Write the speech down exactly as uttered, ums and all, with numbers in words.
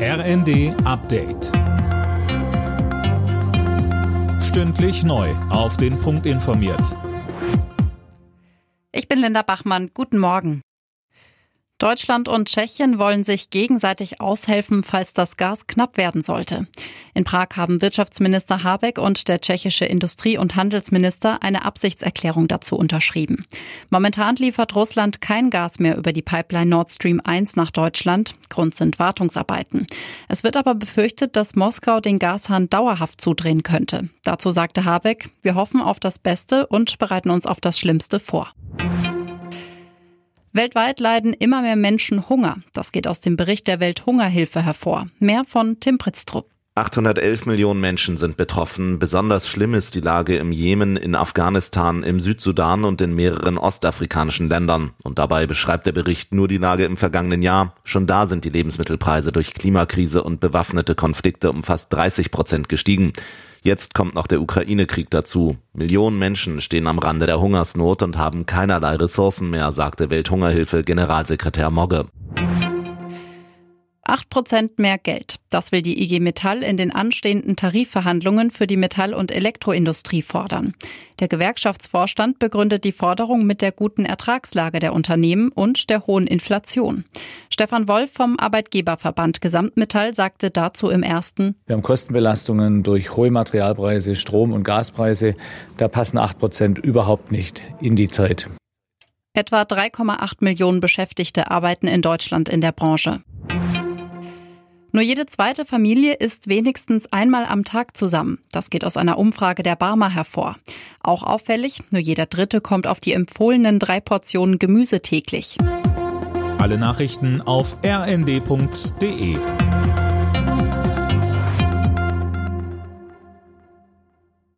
R N D Update. Stündlich neu auf den Punkt informiert. Ich bin Linda Bachmann. Guten Morgen. Deutschland und Tschechien wollen sich gegenseitig aushelfen, falls das Gas knapp werden sollte. In Prag haben Wirtschaftsminister Habeck und der tschechische Industrie- und Handelsminister eine Absichtserklärung dazu unterschrieben. Momentan liefert Russland kein Gas mehr über die Pipeline Nord Stream eins nach Deutschland. Grund sind Wartungsarbeiten. Es wird aber befürchtet, dass Moskau den Gashahn dauerhaft zudrehen könnte. Dazu sagte Habeck: Wir hoffen auf das Beste und bereiten uns auf das Schlimmste vor. Weltweit leiden immer mehr Menschen Hunger. Das geht aus dem Bericht der Welthungerhilfe hervor. Mehr von Tim Pritztrup. achthundertelf Millionen Menschen sind betroffen. Besonders schlimm ist die Lage im Jemen, in Afghanistan, im Südsudan und in mehreren ostafrikanischen Ländern. Und dabei beschreibt der Bericht nur die Lage im vergangenen Jahr. Schon da sind die Lebensmittelpreise durch Klimakrise und bewaffnete Konflikte um fast dreißig Prozent gestiegen. Jetzt kommt noch der Ukraine-Krieg dazu. Millionen Menschen stehen am Rande der Hungersnot und haben keinerlei Ressourcen mehr, sagte Welthungerhilfe-Generalsekretär Mogge. Acht Prozent mehr Geld. Das will die I G Metall in den anstehenden Tarifverhandlungen für die Metall- und Elektroindustrie fordern. Der Gewerkschaftsvorstand begründet die Forderung mit der guten Ertragslage der Unternehmen und der hohen Inflation. Stefan Wolf vom Arbeitgeberverband Gesamtmetall sagte dazu im Ersten: Wir haben Kostenbelastungen durch hohe Materialpreise, Strom- und Gaspreise. Da passen acht Prozent überhaupt nicht in die Zeit. Etwa drei Komma acht Millionen Beschäftigte arbeiten in Deutschland in der Branche. Nur jede zweite Familie isst wenigstens einmal am Tag zusammen. Das geht aus einer Umfrage der Barmer hervor. Auch auffällig, nur jeder Dritte kommt auf die empfohlenen drei Portionen Gemüse täglich. Alle Nachrichten auf r n d punkt d e.